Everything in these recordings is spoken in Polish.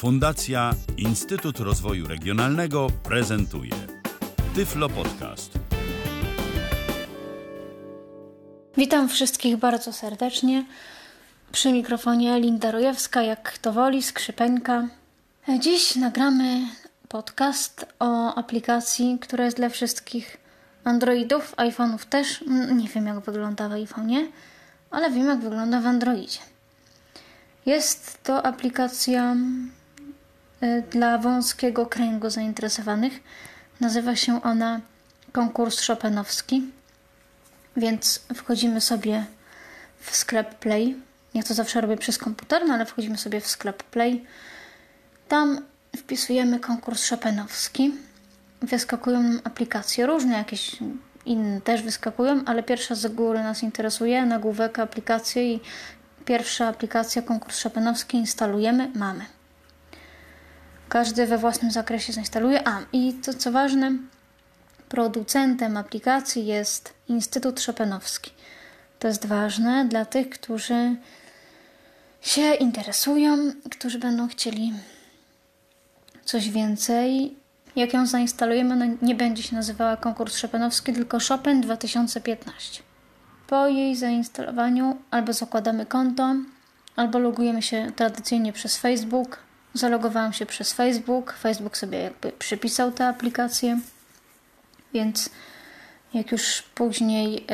Fundacja Instytut Rozwoju Regionalnego prezentuje Tyflo Podcast. Witam wszystkich bardzo serdecznie. Przy mikrofonie Linda Rojewska, jak to woli, skrzypeńka. Dziś nagramy podcast o aplikacji, która jest dla wszystkich Androidów, iPhone'ów też. Nie wiem, jak wygląda w iPhone'ie, ale wiem, jak wygląda w Androidzie. Jest to aplikacja dla wąskiego kręgu zainteresowanych. Nazywa się ona Konkurs Chopinowski. Więc wchodzimy sobie w sklep Play. Ja to zawsze robię przez komputer, no ale wchodzimy sobie w sklep Play. Tam wpisujemy konkurs Chopinowski. Wyskakują nam aplikacje różne, jakieś inne też wyskakują, ale pierwsza z góry nas interesuje, nagłówek aplikacji i pierwsza aplikacja konkurs Chopinowski instalujemy, mamy. Każdy we własnym zakresie zainstaluje. I to co ważne, producentem aplikacji jest Instytut Chopinowski. To jest ważne dla tych, którzy się interesują, którzy będą chcieli coś więcej. Jak ją zainstalujemy, ona nie będzie się nazywała konkurs Chopinowski, tylko Chopin 2015. Po jej zainstalowaniu albo zakładamy konto, albo logujemy się tradycyjnie przez Facebook. Zalogowałam się przez Facebook. Facebook sobie jakby przypisał tę aplikację. Więc jak już później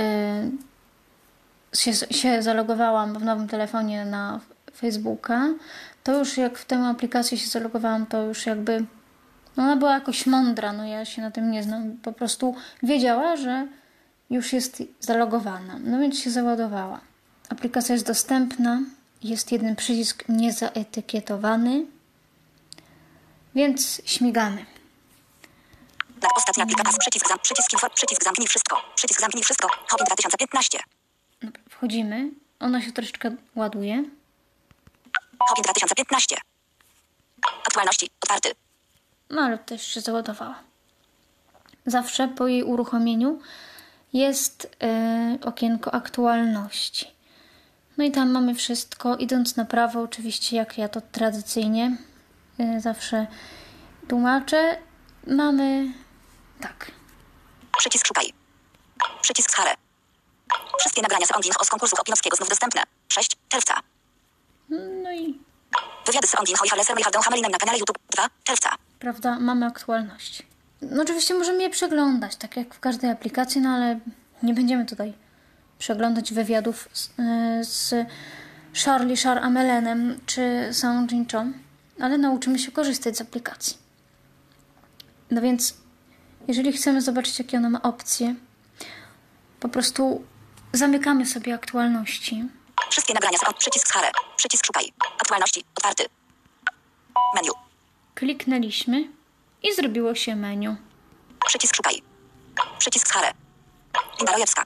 się zalogowałam w nowym telefonie na Facebooka, to już jak w tę aplikację się zalogowałam, to już jakby ona była jakoś mądra, no ja się na tym nie znam, po prostu wiedziała, że już jest zalogowana, no więc się załadowała. Aplikacja jest dostępna, jest jeden przycisk niezaetykietowany, więc śmigamy. Ostatnia aplikacja, przycisk zamknij wszystko, Chopin 2015. Wchodzimy, ona się troszeczkę ładuje. Chopin 2015. Aktualności, otwarty. No ale też się załadowała. Zawsze po jej uruchomieniu jest okienko aktualności. No i tam mamy wszystko. Idąc na prawo, oczywiście jak ja to tradycyjnie zawsze tłumaczę, mamy tak. Przycisk szukaj. Przycisk schale. Wszystkie nagrania z konkursu Chopinowskiego znów dostępne. 6 czerwca. No i wywiady z Ondin Hojhalesem i Hardą Hamelinem na kanale YouTube 2 czerwca. Prawda, mamy aktualności. No oczywiście możemy je przeglądać, tak jak w każdej aplikacji, no ale nie będziemy tutaj przeglądać wywiadów z Charlie Hamelenem czy Song Jin-chom, ale nauczymy się korzystać z aplikacji. No więc jeżeli chcemy zobaczyć, jakie ona ma opcje, po prostu zamykamy sobie aktualności. Wszystkie nagrania przycisk schale, przycisk szukaj, aktualności, otwarty. Menu. Kliknęliśmy i zrobiło się menu. Przycisk szukaj. Przycisk schale. Linda Rojewska.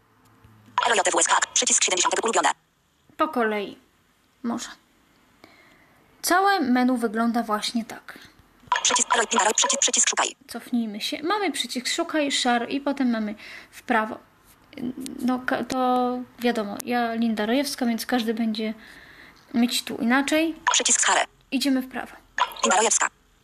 LJWSK. Przycisk 70 ulubione. Po kolei. Może. Całe menu wygląda właśnie tak. Przycisk szukaj. Cofnijmy się. Mamy przycisk szukaj, szar i potem mamy w prawo. No to wiadomo, ja Linda Rojewska, więc każdy będzie mieć tu inaczej. Przycisk schale. Idziemy w prawo. Linda Rojewska.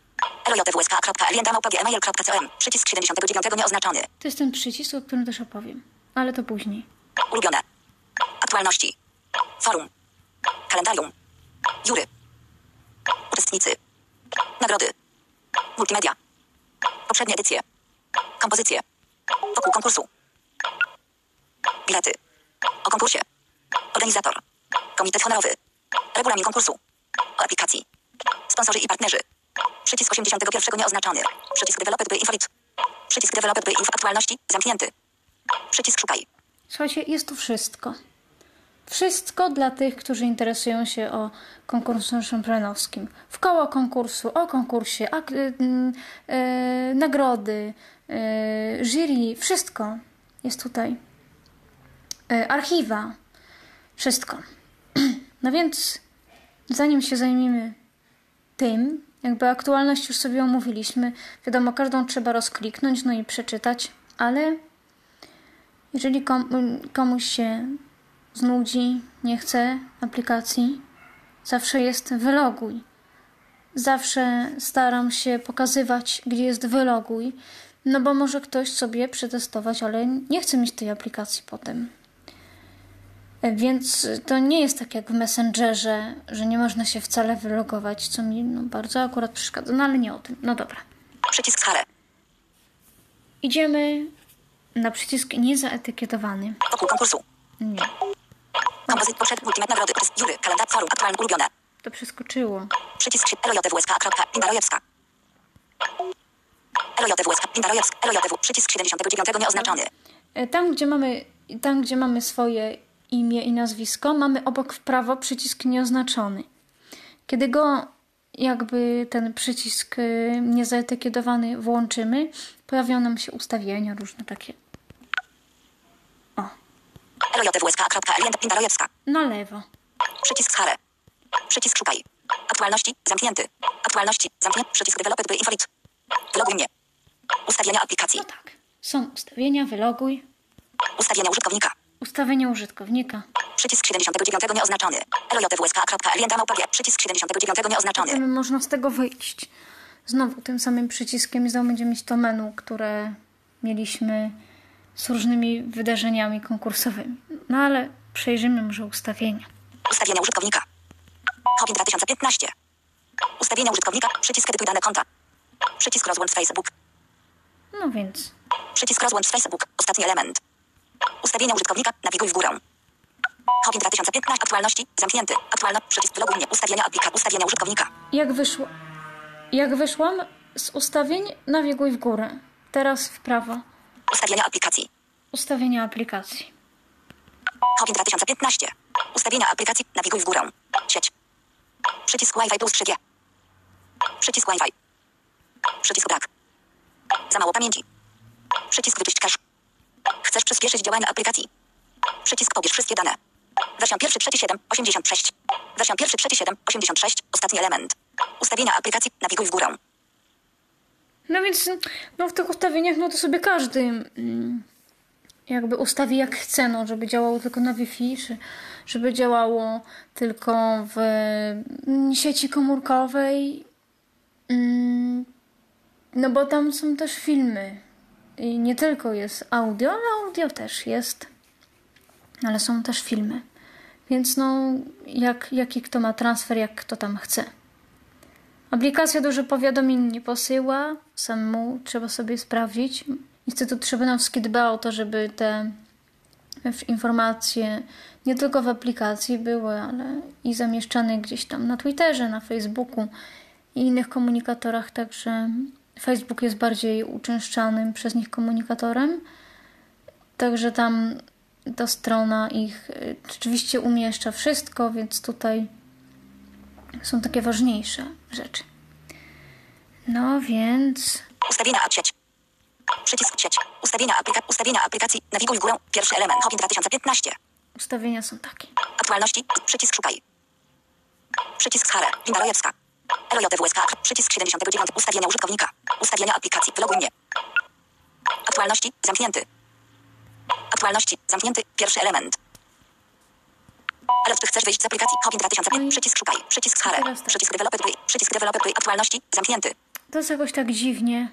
LJWSK.lienda@gmail.com. Przycisk 79 nieoznaczony. To jest ten przycisk, o którym też opowiem, ale to później. Ulubione. Aktualności. Forum. Kalendarium. Jury. Uczestnicy. Nagrody. Multimedia. Poprzednie edycje. Kompozycje. Wokół konkursu. Bilety. O konkursie. Organizator. Komitet honorowy. Regulamin konkursu. O aplikacji. Sponsorzy i partnerzy. Przycisk 81 nieoznaczony. Przycisk Developed by Infolit. Przycisk Developed by Info aktualności zamknięty. Przycisk szukaj. Słuchajcie, jest tu wszystko. Wszystko dla tych, którzy interesują się o konkursie Chopinowskim. Wkoło konkursu, o konkursie, nagrody, jury, wszystko jest tutaj. Archiwa, wszystko. No więc zanim się zajmiemy tym, jakby aktualność już sobie omówiliśmy, wiadomo, każdą trzeba rozkliknąć, no i przeczytać, ale jeżeli komuś się znudzi, nie chce aplikacji, zawsze jest wyloguj. zawsze staram się pokazywać, gdzie jest wyloguj, no bo może ktoś sobie przetestować, ale nie chce mieć tej aplikacji potem. Więc to nie jest tak jak w Messengerze, że nie można się wcale wylogować, co mi bardzo akurat przeszkadza. No ale nie o tym. No dobra. Przycisk z Hare. Idziemy na przycisk niezaetykietowany. Wokół konkursu. Nie, Kompozyt, potrzeb, multimet, nagrody, jury, kalendarz, forum, aktualne, ulubione. to przeskoczyło. Przycisk LJWSK. Linda Rojewska. LJWSK. Linda Rojewska. LJW. Przycisk 79 nieoznaczony. Tam, gdzie mamy swoje imię i nazwisko, mamy obok w prawo przycisk nieoznaczony. Kiedy go jakby ten przycisk niezaetykietowany włączymy, pojawią nam się ustawienia różne takie. O, LJWSK. Linda Rojewska. na lewo. Przycisk z Hare. Przycisk szukaj. Aktualności. Zamknięty. Aktualności. Zamknięty. Przycisk developer by invalid. Wyloguj mnie. Ustawienia aplikacji. No tak. Są ustawienia, wyloguj. Ustawienia użytkownika. Ustawienia użytkownika. Przycisk 79 nieoznaczony. LJWSK. Linda Małpawie. Przycisk 79 nieoznaczony. Potem można z tego wyjść. Znowu tym samym przyciskiem i znowu będziemy mieć to menu, które mieliśmy z różnymi wydarzeniami konkursowymi. No ale przejrzymy może ustawienia. Ustawienia użytkownika. Hobby 2015. Ustawienia użytkownika. Przycisk edytuj dane konta. Przycisk rozłącz z Facebook. No więc Przycisk rozłącz z Facebook. Ostatni element. Ustawienia użytkownika. Nawiguj w górę. Hobby 2015. Aktualności. Zamknięty. Aktualna. Przycisk wyloguj mnie. Ustawienia aplikacji. Ustawienia użytkownika. jak wyszłam z ustawień, nawiguj w górę. Teraz w prawo. Ustawienia aplikacji. Ustawienia aplikacji. Hobby 2015. Ustawienia aplikacji. Nawiguj w górę. Sieć. Przycisk Wi-Fi plus 3G. Przycisk Wi-Fi. Przycisk brak. Za mało pamięci. Przycisk wyczyść cache. Chcesz przyspieszyć działanie aplikacji. Przycisk pobierz wszystkie dane. Wersja 1.3.7.86. Wersja 1.3.7.86. Ostatni element. Ustawienia aplikacji. Nawiguj w górę. No więc w tych ustawieniach to sobie każdy jakby ustawi jak chce, żeby działało tylko na Wi-Fi, czy żeby działało tylko w sieci komórkowej. No bo tam są też filmy. I nie tylko jest audio, ale audio też jest. Ale są też filmy. Więc jaki kto ma transfer, jak kto tam chce. Aplikacja dużo powiadomień nie posyła. Samemu trzeba sobie sprawdzić. Instytut Trzebanowski dba o to, żeby te informacje nie tylko w aplikacji były, ale i zamieszczane gdzieś tam na Twitterze, na Facebooku i innych komunikatorach. Także Facebook jest bardziej uczęszczanym przez nich komunikatorem. Także tam ta strona ich rzeczywiście umieszcza wszystko, więc tutaj są takie ważniejsze rzeczy. No więc Ustawienia sieć. Przycisk sieć. Ustawienia aplikacji. Nawiguj w górę. Pierwszy element. Hobby 2015. ustawienia są takie. Aktualności. Przycisk szukaj. Przycisk z Hare. Linda Rojewska. LJWSK. Przycisk 79. Ustawienia użytkownika. Ustawienia aplikacji. Wyloguj mnie. Aktualności. Zamknięty. Aktualności. Zamknięty. Pierwszy element. Ale czy chcesz wyjść z aplikacji? Hobby 2005. Przycisk szukaj. Przycisk z Hare. Teraz tak. Przycisk developer. Przycisk developer. Aktualności. Zamknięty. To jest jakoś tak dziwnie.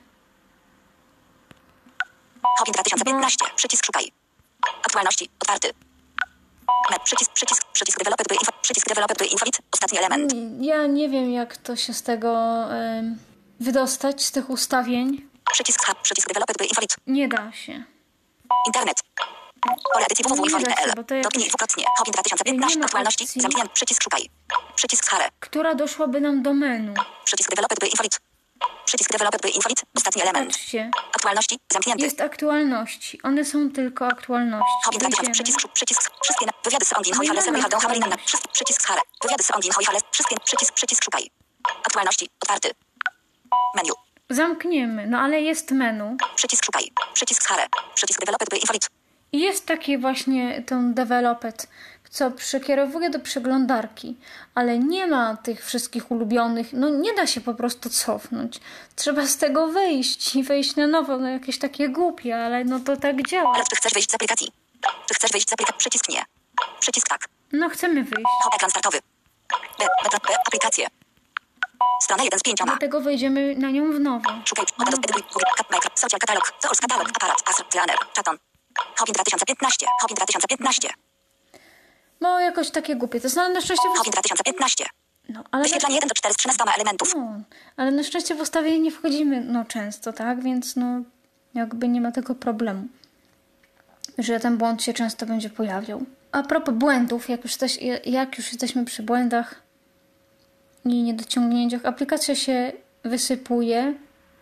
Hobby 2015. Przycisk szukaj. Aktualności. Otwarty. Przycisk developer. Przycisk developer. Invalid. Ostatni element. Ja nie wiem, jak to się z tego wydostać, z tych ustawień. Przycisk developer. Invalid. Nie da się. Internet. Pole edycji www.invalid.pl. bo to jakoś- Dotknij dwukrotnie. Hobby 2015. Nie ma Aktualności. opcji. Zamknięty. Przycisk szukaj. Przycisk z Hare. Która doszłaby nam do menu. Przycisk developer. Invalid. Przycisk developer. Invalid. Ostatni element. Patrzcie, Aktualności. Zamknięty. jest aktualności. One są tylko aktualności. Hobby 2000. Wejdziemy. Przycisk. Wszystkie. Wywiady z Ondin. No i Hojhale. mamy Serwi. Hamalina. aktualności. Przycisk z Hare. Wywiady z Ondin. Hojhale. Wszystkie. Przycisk szukaj. Aktualności. Otwarty. Menu. Zamkniemy, ale jest menu. Przycisk szukaj. Przycisk z Hare. Przycisk developer. Invalid. I jest taki właśnie ten developed, co przekierowuje do przeglądarki, ale nie ma tych wszystkich ulubionych, nie da się po prostu cofnąć. Trzeba z tego wyjść i wejść na nowo, jakieś takie głupie, ale to tak działa. Ale czy chcesz wyjść z aplikacji? Czy chcesz wyjść z aplikacji? Przycisk nie. Przycisk tak. Chcemy wyjść. Ekran startowy. B. Aplikacje. Strona 1 z 5. Dlatego wejdziemy na nią w nowo. Szukaj, odros, edytuj, social katalog, Zours katalog, aparat, Asr, Planner, Chaton. Hobin 2015, Hobin 2015, No jakoś takie głupie. To jest na szczęście... Hobin 2015. No, ale... Wyświetlanie 1 do 4 z 13 elementów. No, ale na szczęście w ustawienie nie wchodzimy często, tak? Więc jakby nie ma tego problemu, że ten błąd się często będzie pojawiał. A propos błędów, jak już jesteśmy przy błędach i niedociągnięciach, aplikacja się wysypuje.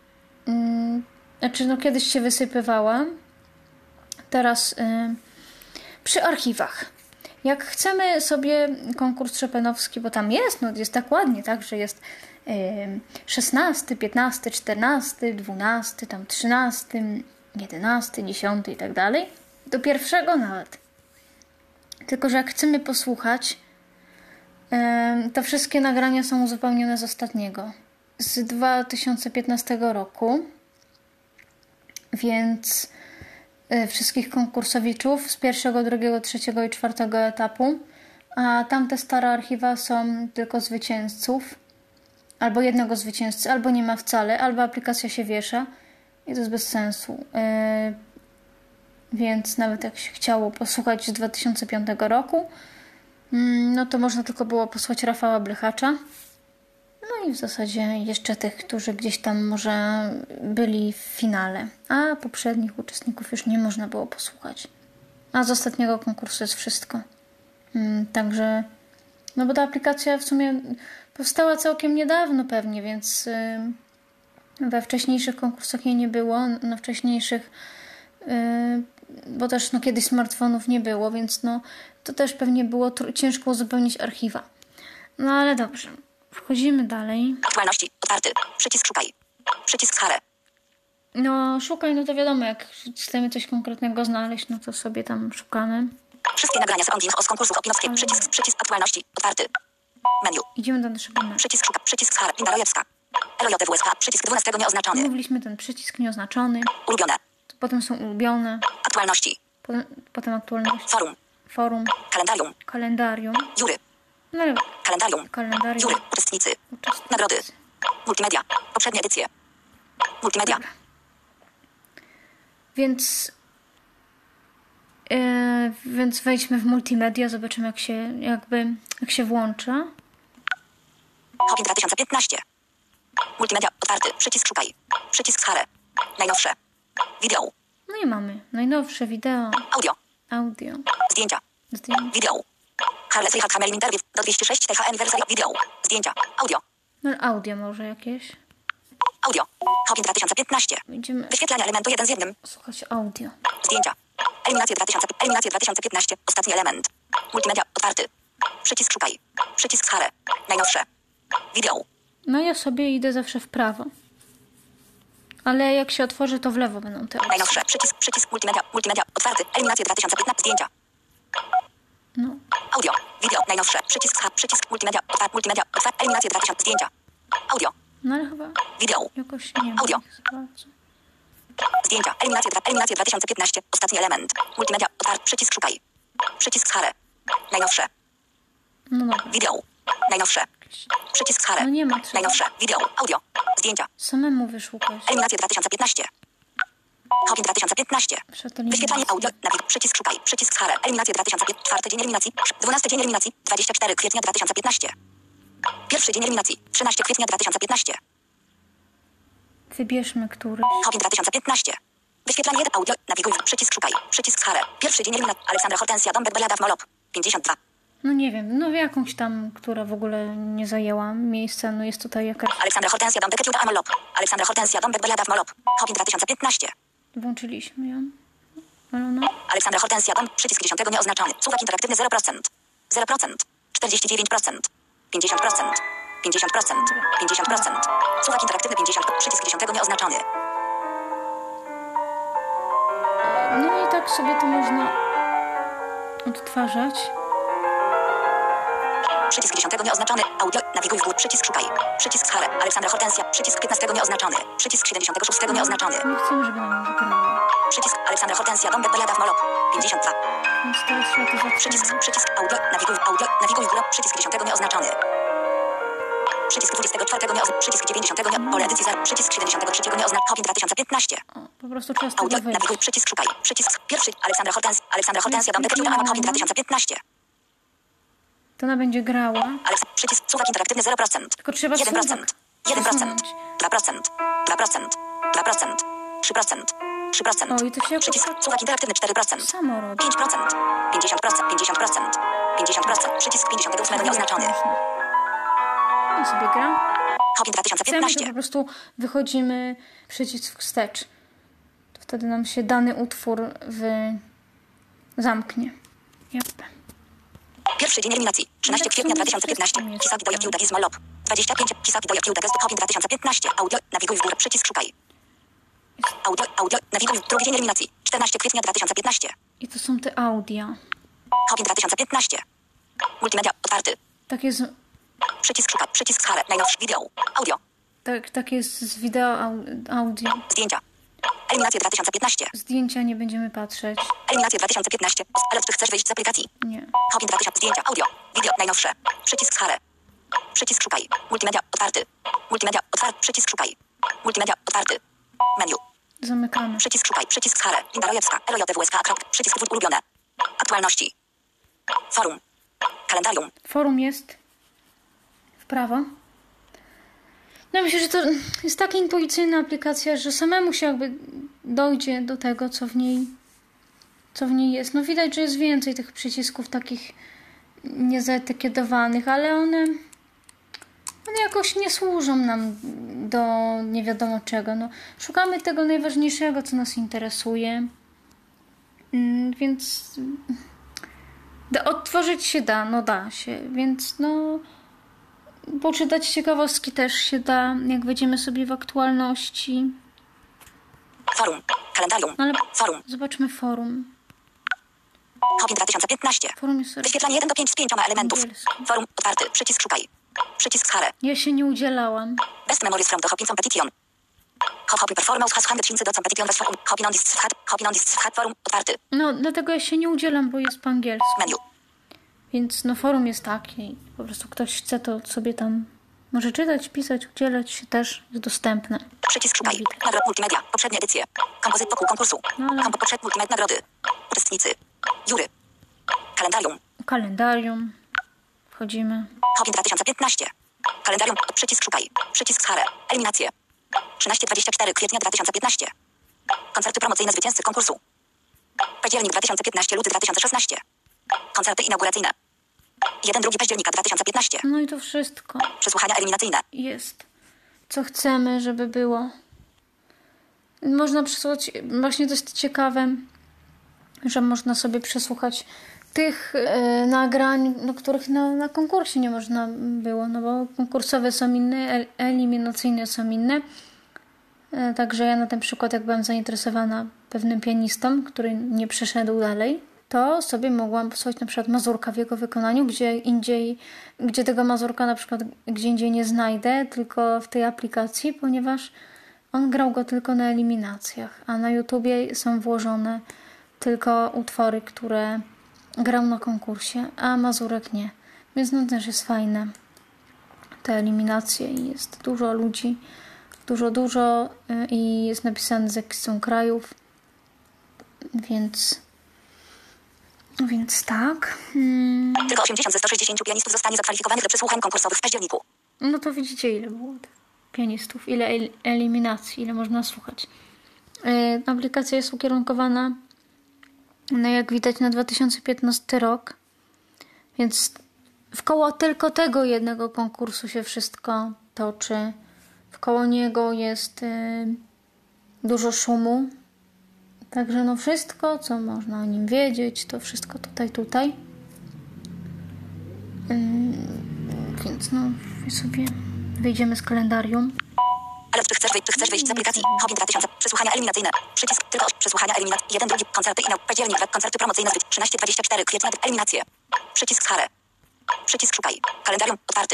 Kiedyś się wysypywała. Teraz przy archiwach. Jak chcemy sobie konkurs szopenowski, bo tam jest tak ładnie, tak, że jest 16, 15, 14, 12, tam 13, 11, 10 i tak dalej. Do pierwszego nawet. Tylko że jak chcemy posłuchać, to wszystkie nagrania są uzupełnione z ostatniego. Z 2015 roku. Więc wszystkich konkursowiczów z pierwszego, drugiego, trzeciego i czwartego etapu, a tamte stare archiwa są tylko zwycięzców, albo jednego zwycięzcy, albo nie ma wcale, albo aplikacja się wiesza i to jest bez sensu. Więc nawet jak się chciało posłuchać z 2005 roku, no to można tylko było posłuchać Rafała Blychacza. No i w zasadzie jeszcze tych, którzy gdzieś tam może byli w finale. A poprzednich uczestników już nie można było posłuchać. A z ostatniego konkursu jest wszystko. Także, no bo ta aplikacja w sumie powstała całkiem niedawno pewnie, więc we wcześniejszych konkursach jej nie było. Na wcześniejszych, bo też kiedyś smartfonów nie było, więc to też pewnie było ciężko uzupełnić archiwa. No ale dobrze. Wchodzimy dalej. Aktualności. Otwarty. Przycisk szukaj. Przycisk schare. Szukaj, to wiadomo, jak chcemy coś konkretnego znaleźć, to sobie tam szukamy. Wszystkie nagrania z konkursów opinowskich. Przycisk aktualności. Otwarty. Menu. Idziemy do naszego menu. Przycisk szuka. Przycisk schare. Linda Rojewska. LOJWSK. Przycisk 12 nieoznaczony. Mówiliśmy ten przycisk nieoznaczony. Ulubione. Potem są ulubione. Aktualności. Potem aktualności. Forum. Kalendarium. Jury. Kalendarium. Jury. Uczestnicy. Nagrody. Multimedia. Poprzednie edycje. Multimedia. Dobra. Więc wejdźmy w multimedia, zobaczymy jak się włącza. Hobin 2015. Multimedia. Otwarty. Przycisk szukaj. Przycisk schare. Najnowsze. Wideo. No i mamy najnowsze wideo. Audio. Zdjęcia. Wideo. Harley Free Hamel Interview do 206 TH Anniversary Video. Zdjęcia. Audio. Audio może jakieś. Audio. Hobin 2015. Będziemy wyświetlanie elementu 1 z 1. Słuchać audio. Zdjęcia. Eliminacja 2015. Ostatni element. Multimedia. Otwarty. Przycisk szukaj. Przycisk schare. Najnowsze. Wideo. Ja sobie idę zawsze w prawo. Ale jak się otworzy, to w lewo będą te opcje. Najnowsze. Przycisk multimedia. Otwarty. Eliminacja 2015. Zdjęcia. Audio. Wideo. Najnowsze. Przycisk multimedia. Otwarty. Eliminacja 2000. Zdjęcia. Audio. Ale chyba wideo. Jakoś nie ma. Audio. Zdjęcia. Eliminacja 2015. Ostatni element. Multimedia. Otwarty. Przycisk szukaj. Przycisk schare. Najnowsze. Dobra. Wideo. Najnowsze. Przycisk schare. Nie ma. Najnowsze. Wideo. Audio. Zdjęcia. Samemu wyszukać. Eliminacja 2015. Hobin 2015. Wyświetlanie audio. Przycisk szukaj. Przycisk schare. Eliminacja 2015. 4 dzień eliminacji. 12 dzień eliminacji. 24 kwietnia 2015. Pierwszy dzień eliminacji. 13 kwietnia 2015. Wybierzmy któryś. Hobin 2015. Wyświetlanie audio. Nawiguj. Przycisk szukaj. Przycisk schare. Pierwszy dzień eliminacji. Aleksandra Hortensja Dąbek Belada w Molop. 52. Nie wiem. Jakąś tam, która w ogóle nie zajęła miejsca. Jest tutaj jakaś... Aleksandra Hortensja Dąbek Ciuda Molop. Aleksandra Hortensja Dąbek Belada w Molop. Hobin 2015. Włączyliśmy ją. Aleksandra Hortensja Dąb. Przycisk 10 nieoznaczony. Słuchacz interaktywny 0%. 0%. 49%. 50%. 50%. 50%. Słuchacz interaktywny 50%. Przycisk 10 nieoznaczony. I tak sobie to można odtwarzać. Przycisk 10 nieoznaczony. Audio. Nawiguj w górę. Przycisk szukaj. Przycisk schare. Aleksandra Hortensja. Przycisk 15 nieoznaczony. Przycisk 76 nieoznaczony. Nie chcemy, żeby nam wygrało. Przycisk Aleksandra Hortensja Dąbek Belada w Molop. 52. Więc teraz trzeba to zatrzymać. Przycisk audio. Nawiguj w górę. Przycisk 10 nieoznaczony. Przycisk 24 przycisk 90 pole edycji przycisk 73 Hopin 2015. O, po prostu trzeba z tego Audio, wyjść. nawiguj, przycisk szukaj. Przycisk pierwszy, Aleksandra Hortensja, Dom Detektywa, Hopin 2015. To ona będzie grała. Przycisk słuchacz interaktywny 0%. Tylko trzeba 1%. słuchać. 1%. Przesunąć. 2%. 2%. 2%. 3%. 3%. O, i to się Przycisk jakoś słuchacz interaktywny 4%. samo robi. 5%. 50%. 50%. 50%. Przycisk 58 nieoznaczony. On sobie gra. Hopin Chcemy, to 2015. po prostu wychodzimy przycisk wstecz. To wtedy nam się dany utwór zamknie. Yep. Pierwszy dzień eliminacji. 13 kwietnia 2015. Kisaki do Yakiuda Gizmo Lob. 25. Kisaki do Yakiuda Gestu Hopin 2015. Audio. Nawiguj w górę. Przycisk szukaj. Audio. Nawiguj. Drugi dzień eliminacji. 14 kwietnia 2015. I to są te audia. Hopin 2015. Multimedia. Otwarty. Tak jest, Przycisk szukaj. Przycisk schale. Najnowszy wideo. Audio. tak jest z wideo audio. Zdjęcia. Eliminacje 2015. Zdjęcia nie będziemy patrzeć. Eliminacje 2015. Ale czy chcesz wyjść z aplikacji? Nie. Hopin 2000. Zdjęcia. Audio. Wideo. Najnowsze. Przycisk schale. Przycisk szukaj. Multimedia. Otwarty. Multimedia. Otwarty. Przycisk szukaj. Multimedia. Otwarty. Menu. Zamykamy. Przycisk szukaj. Przycisk schale. Linda Rojewska. LJWSK. Przycisk ulubione. Aktualności. Forum. Kalendarium. Forum jest w prawo. No myślę, że to jest taka intuicyjna aplikacja, że samemu się jakby dojdzie do tego, co w niej jest. No widać, że jest więcej tych przycisków takich niezaetykietowanych, ale one jakoś nie służą nam do nie wiadomo czego. No, szukamy tego najważniejszego, co nas interesuje. Więc odtworzyć się da się, więc poczytać ciekawostki też się da, jak wejdziemy sobie w aktualności. Forum. Kalendarium. Ale Forum. zobaczmy forum. Hopin 2015. Forum jest Wyświetlanie 1 do 5 z 5 elementów. angielski. Forum. Otwarty. Przycisk szukaj. Przycisk schale. Ja się nie udzielałam. Best memories from the Hopin competition. Hopin performance has 100 do competition was Hopin on this hat. Hopin on this hat. Forum. Otwarty. No, dlatego ja się nie udzielam, bo jest po angielsku. Menu. Więc forum jest takie i po prostu ktoś chce, to sobie tam może czytać, pisać, udzielać się też, jest dostępne. Przycisk szukaj. Nagrody multimedia. Poprzednie edycje. Kompozyt wokół konkursu. No ale Poprzednie multimedia nagrody. Uczestnicy. Jury. Kalendarium. kalendarium. Wchodzimy. Hopin 2015. Kalendarium. Przycisk szukaj. Przycisk schale. Eliminacje. 13-24 kwietnia 2015. Koncerty promocyjne zwycięzcy konkursu. Październik 2015, luty 2016. Koncerty inauguracyjne. 1-2 października 2015. No i to wszystko Przesłuchania eliminacyjne. jest. Co chcemy, żeby było. Można przesłuchać, właśnie to jest ciekawe, że można sobie przesłuchać tych nagrań, których na konkursie nie można było, no bo konkursowe są inne, eliminacyjne są inne. Także ja na ten przykład, jak byłam zainteresowana pewnym pianistą, który nie przeszedł dalej, to sobie mogłam posłuchać na przykład Mazurka w jego wykonaniu, gdzie tego Mazurka na przykład gdzie indziej nie znajdę, tylko w tej aplikacji, ponieważ on grał go tylko na eliminacjach, a na YouTubie są włożone tylko utwory, które grał na konkursie, a Mazurek nie. Więc też jest fajne te eliminacje i jest dużo ludzi, dużo i jest napisane z jakich są krajów, więc tak. Tylko 80 ze 160 pianistów zostanie zakwalifikowanych do przesłuchań konkursowych w październiku. No to widzicie, ile było tych pianistów, ile eliminacji, ile można słuchać. Aplikacja jest ukierunkowana, jak widać, na 2015 rok, więc wkoło tylko tego jednego konkursu się wszystko toczy. Wkoło niego jest dużo szumu. Także wszystko, co można o nim wiedzieć, to wszystko tutaj. Więc sobie wyjdziemy z kalendarium. Ale czy chcesz wyjść z aplikacji? Hopin 2000. Przesłuchania eliminacyjne. Przycisk tylko przesłuchania eliminacji. 1-2 koncerty październik. Koncerty promocyjne 13-24 kwietnia. Eliminacje. Przycisk schale. Przycisk szukaj. Kalendarium. Otwarty.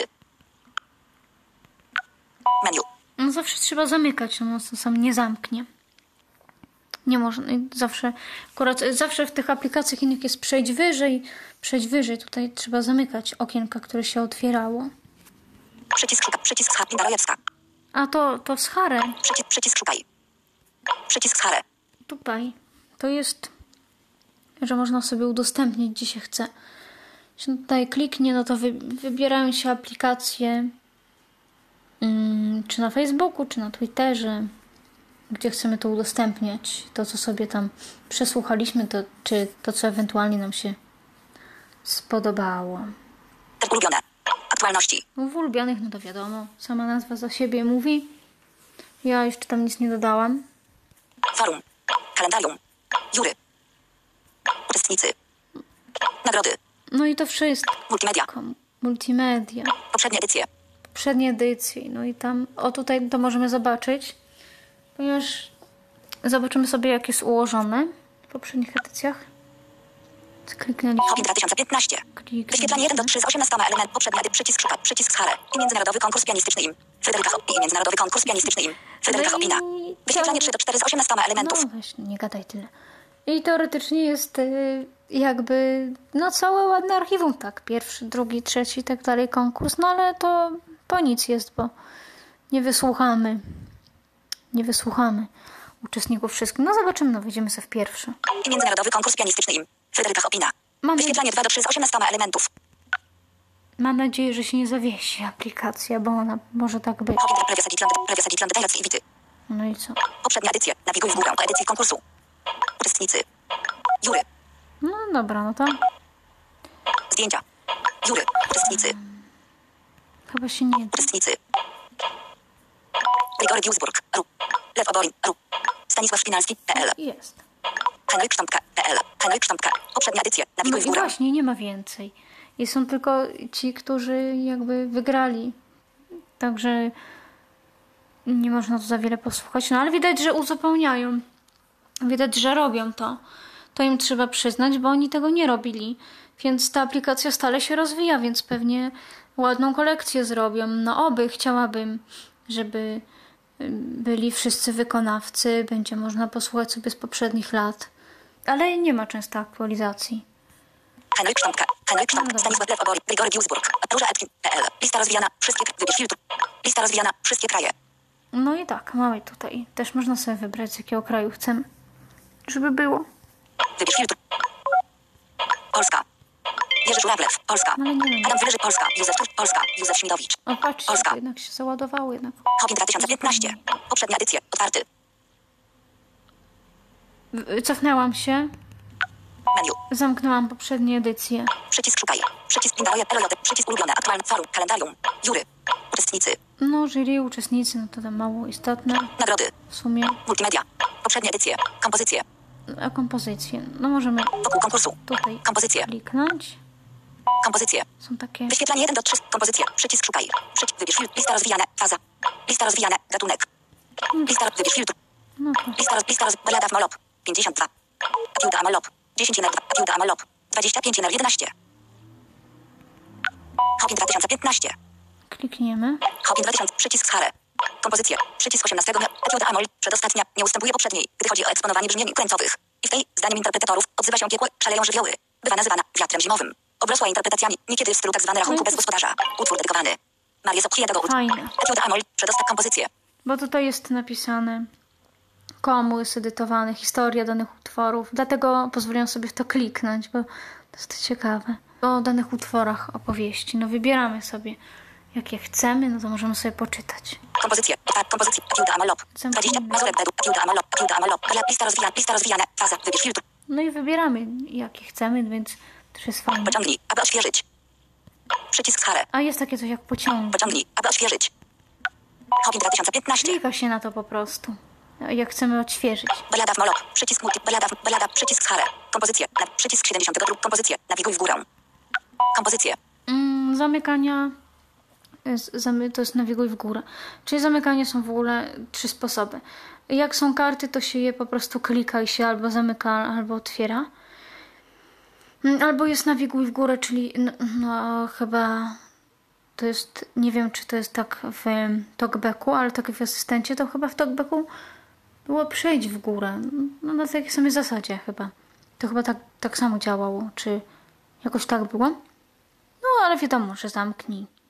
Menu. No zawsze trzeba zamykać, to sam nie zamknie. Nie można, zawsze w tych aplikacjach innych jest przejść wyżej. Tutaj trzeba zamykać okienka, które się otwierało. Przycisk szukaj. Przycisk schab. Linda Rojewska. A to z Harę. Przycisk szukaj. Przycisk Harę. Tutaj. To jest, że można sobie udostępnić, gdzie się chce. Jeśli tutaj kliknie, no to wybierają się aplikacje czy na Facebooku, czy na Twitterze, gdzie chcemy to udostępniać. To, co sobie tam przesłuchaliśmy, czy to, co ewentualnie nam się spodobało. Ulubione. Aktualności. W ulubionych, no to wiadomo, sama nazwa za siebie mówi. Ja jeszcze tam nic nie dodałam. Forum. Kalendarium. Jury. Uczestnicy. Nagrody. No i to wszystko. Multimedia. Multimedia. Poprzednie edycje. No i tam, tutaj to możemy zobaczyć, ponieważ zobaczymy sobie, jak jest ułożone w poprzednich edycjach. Kliknęliśmy. Hobby 2015. Wyświetlanie 1 do 3 z 18 element. Poprzednia przycisk szukaj. Przycisk Harę. I międzynarodowy konkurs pianistyczny im. Fryderyka Hoppi i międzynarodowy konkurs pianistyczny im. Fryderyka Hoppina. Wyświetlanie 3 do 4 z 18 elementów. No właśnie, nie gadaj tyle. I teoretycznie jest jakby całe ładne archiwum, tak. Pierwszy, drugi, trzeci i tak dalej konkurs. No ale to po nic jest, bo nie wysłuchamy uczestników wszystkich. No zobaczymy, wejdziemy sobie w pierwszy. I międzynarodowy konkurs pianistyczny im. Fryderyka Hoppina. Wyświetlanie 2 do 3 z 18 elementów. Mam nadzieję, że się nie zawiesi aplikacja, bo ona może tak być. Prawie sadzić i wity. No i co? Poprzednia edycja. Nawiguj w górę o edycji konkursu. Uczestnicy. Jury. No dobra, no to Zdjęcia. Jury. Uczestnicy. chyba się nie da. Uczestnicy. Grigory Duisburg. RU. Lew Oborin. RU. Stanisław Szpinalski.pl. Jest. Henryk Sztampka.pl. Henryk Sztampka. Poprzednia edycja. No Nawiguj w i górę. właśnie, nie ma więcej. I są tylko ci, którzy jakby wygrali. Także nie można tu za wiele posłuchać. No ale widać, że uzupełniają. Widać, że robią to. To im trzeba przyznać, bo oni tego nie robili. Więc ta aplikacja stale się rozwija, więc pewnie ładną kolekcję zrobią. No chciałabym, żeby byli wszyscy wykonawcy. Będzie można posłuchać sobie z poprzednich lat. Ale nie ma często aktualizacji. Henryk Sztampka. Stanisław Lew Oborin. Grigory Duisburg. Róża.pl. Lista rozwijana. Wybierz filtr. Lista rozwijana. Wszystkie kraje. No i tak, mamy tutaj. Też można sobie wybrać, z jakiego kraju chcemy, żeby było. Wybierz filtr. Polska. Jerzy Żurawlew. Polska. No ale nie. Adam Wyleży. Polska. Józef Turk. Polska. Józef Śmidowicz. O, patrzcie, Polska. jednak się załadowało jednak. Hobby 2015. Poprzednia edycja. Otwarty. Cofnęłam się. Menu. Zamknęłam poprzednie edycje. Przycisk szukaj. Przycisk Linda Rojewska. Przycisk ulubione. Aktualne forum. Kalendarium. Jury. Uczestnicy. No, jury, uczestnicy, no to tam mało istotne Nagrody. w sumie. Multimedia. Poprzednie edycje. Kompozycje. A kompozycje? No możemy Wokół konkursu. tutaj Kompozycje. kliknąć. Kompozycje. Są takie... Wyświetlanie 1 do 3. Kompozycje. Przycisk szukaj. Wybierz filtr. Lista rozwijana. Faza. Lista rozwijana. Gatunek. Wybierz filtr. No to... Balada w Molop. 52. Atiuda Amolop. 10 na 2. Atiuda Amolop. 25 na 11. Hobby 2015. Klikniemy. Hobby 2000. Przycisk Harę. Kompozycje. Przycisk 18. Atiuda Amol. Przedostatnia. Nie ustępuje poprzedniej, gdy chodzi o eksponowanie brzmień krańcowych. I w tej, zdaniem interpretorów, odzywa się piekło, szaleją żywioły. Bywa nazywana wiatrem zimowym. Obrosła interpretacjami, niekiedy w stylu tak zwany rachunku bez gospodarza. Utwór dedykowany. Marię Soprzyjadego. Fajne. Atiuda Amol. Przedostat kompozycje. Bo tutaj jest napisane, komu jest edytowane, historia danych utworów. Dlatego pozwoliłam sobie w to kliknąć, bo to jest ciekawe. O danych utworach opowieści. No wybieramy sobie, jakie chcemy, no to możemy sobie poczytać. Kompozycje. Kompozycje. Atiuda Amolop. 20. Mazurek Bedu. Atiuda Amolop. Atiuda Amolop. Lista rozwijana. Faza. Wybierz filtr. No i wybieramy, jakie chcemy, więc też jest fajne. Pociągnij, aby odświeżyć. Przycisk Harę. A jest takie coś jak pociąg. Pociągnij, aby odświeżyć. Hobby 2015. Klika się na to po prostu, jak chcemy odświeżyć. Balada w Molop. Przycisk multi. Balada. Przycisk Harę. Kompozycje. Przycisk 72. Kompozycje. Nawiguj w górę. Kompozycje. Zamykania. To jest nawiguj w górę. Czyli zamykanie są w ogóle 3 sposoby. Jak są karty, to się je po prostu klika i się albo zamyka, albo otwiera. Albo jest nawiguj w górę, czyli no chyba to jest, nie wiem czy to jest tak w talkbacku, ale tak w asystencie, to chyba w talkbacku było przejdź w górę. No na takiej samej zasadzie chyba. To chyba tak samo działało, czy jakoś tak było? No ale wiadomo, że zamknij.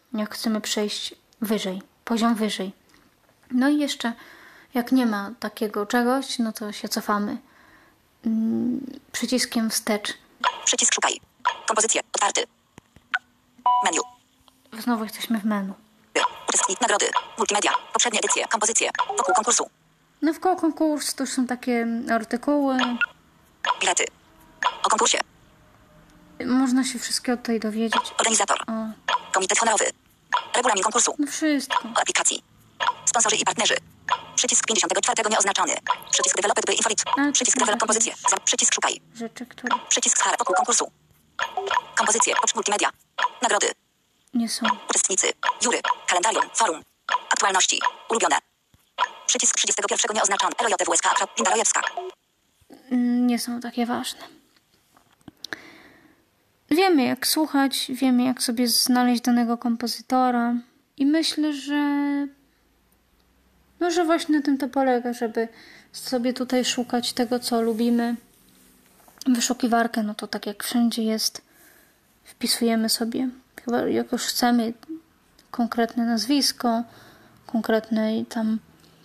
jak chcemy przejść wyżej, poziom wyżej. No i jeszcze, jak nie ma takiego czegoś, no to się cofamy przyciskiem wstecz. Przycisk szukaj. Kompozycje. Otwarty. Menu. Znowu jesteśmy w menu. Uczestnik nagrody. Multimedia. Poprzednie edycje. Kompozycje. Wokół konkursu. No w koło konkursu to już są takie artykuły. Bilety. O konkursie. Można się wszystkiego tutaj dowiedzieć. Organizator. O, Komitet honorowy. Regulamin konkursu. no wszystko. O aplikacji. Sponsorzy i partnerzy. Przycisk 54 nieoznaczony. Przycisk developed by infolit. Ale Przycisk to są develop takie kompozycje. Przycisk szukaj. Rzeczy, które Przycisk schar wokół konkursu. Kompozycje. Multimedia. Nagrody. nie są. Uczestnicy. Jury. Kalendarium. Forum. Aktualności. Ulubione. Przycisk 31 nieoznaczony. ROJWSK. Linda Rojewska. Nie są takie ważne. Wiemy, jak słuchać, wiemy, jak sobie znaleźć danego kompozytora i myślę, że właśnie na tym to polega, żeby sobie tutaj szukać tego, co lubimy. Wyszukiwarkę, no to tak jak wszędzie jest, wpisujemy sobie, chyba jak już chcemy, konkretne nazwisko, konkretne tam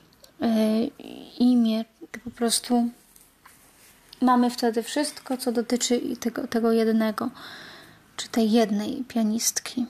imię, to po prostu mamy wtedy wszystko, co dotyczy tego jednego, czy tej jednej pianistki.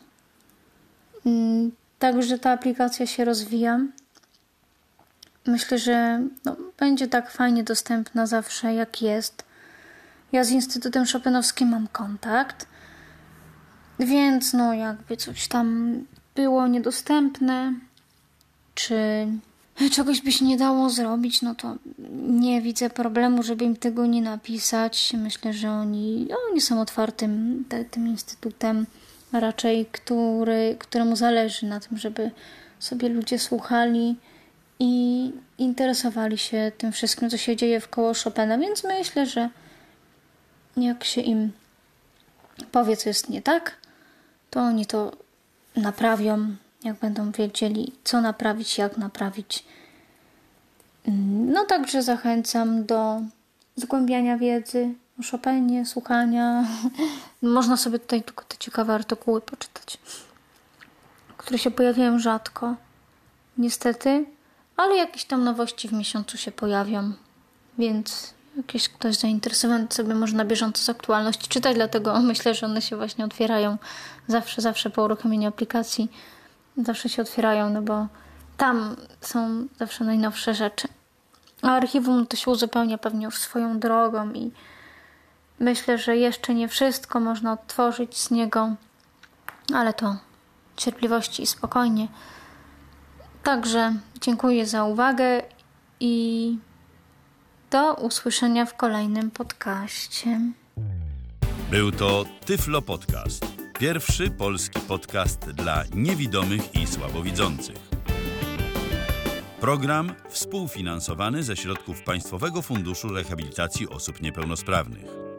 Także ta aplikacja się rozwija. Myślę, że będzie tak fajnie dostępna zawsze, jak jest. Ja z Instytutem Chopinowskim mam kontakt, więc jakby coś tam było niedostępne, czy czegoś by się nie dało zrobić, no to nie widzę problemu, żeby im tego nie napisać. Myślę, że oni są otwartym tym instytutem raczej, któremu zależy na tym, żeby sobie ludzie słuchali i interesowali się tym wszystkim, co się dzieje wkoło Chopina, więc myślę, że jak się im powie, co jest nie tak, to oni to naprawią, jak będą wiedzieli, co naprawić, jak naprawić. No także zachęcam do zgłębiania wiedzy o Chopinie, słuchania. Można sobie tutaj tylko te ciekawe artykuły poczytać, które się pojawiają rzadko, niestety, ale jakieś tam nowości w miesiącu się pojawią, więc jakiś ktoś zainteresowany sobie może na bieżąco z aktualności czytać, dlatego myślę, że one się właśnie otwierają zawsze po uruchomieniu aplikacji. Zawsze się otwierają, no bo tam są zawsze najnowsze rzeczy. A archiwum to się uzupełnia pewnie już swoją drogą i myślę, że jeszcze nie wszystko można odtworzyć z niego, ale to cierpliwości i spokojnie. Także dziękuję za uwagę i do usłyszenia w kolejnym podcaście. Był to Tyflo Podcast. Pierwszy polski podcast dla niewidomych i słabowidzących. Program współfinansowany ze środków Państwowego Funduszu Rehabilitacji Osób Niepełnosprawnych.